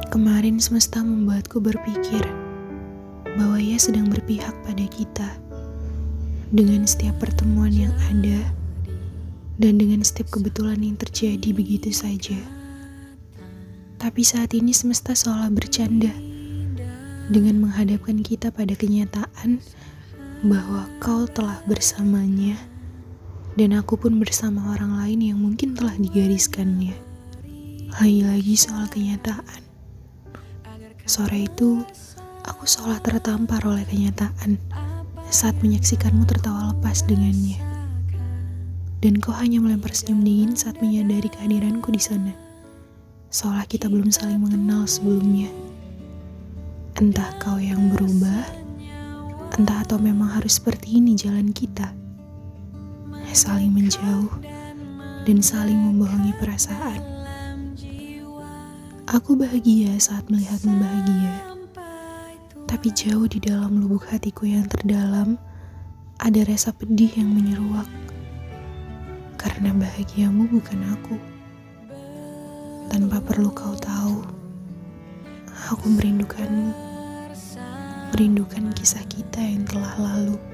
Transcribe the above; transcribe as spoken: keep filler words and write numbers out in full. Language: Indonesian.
Kemarin semesta membuatku berpikir bahwa ia sedang berpihak pada kita dengan setiap pertemuan yang ada dan dengan setiap kebetulan yang terjadi begitu saja. Tapi saat ini semesta seolah bercanda dengan menghadapkan kita pada kenyataan bahwa kau telah bersamanya dan aku pun bersama orang lain yang mungkin telah digariskannya. Lagi-lagi soal kenyataan. Sore itu, aku seolah tertampar oleh kenyataan saat menyaksikanmu tertawa lepas dengannya. Dan kau hanya melempar senyum dingin saat menyadari kehadiranku di sana. Seolah kita belum saling mengenal sebelumnya. Entah kau yang berubah, entah atau memang harus seperti ini jalan kita. Saling menjauh dan saling membohongi perasaan. Aku bahagia saat melihatmu bahagia. Tapi jauh di dalam lubuk hatiku yang terdalam, ada rasa pedih yang menyeruak. Karena bahagiamu bukan aku. Tanpa perlu kau tahu, aku merindukanmu. Merindukan kisah kita yang telah lalu.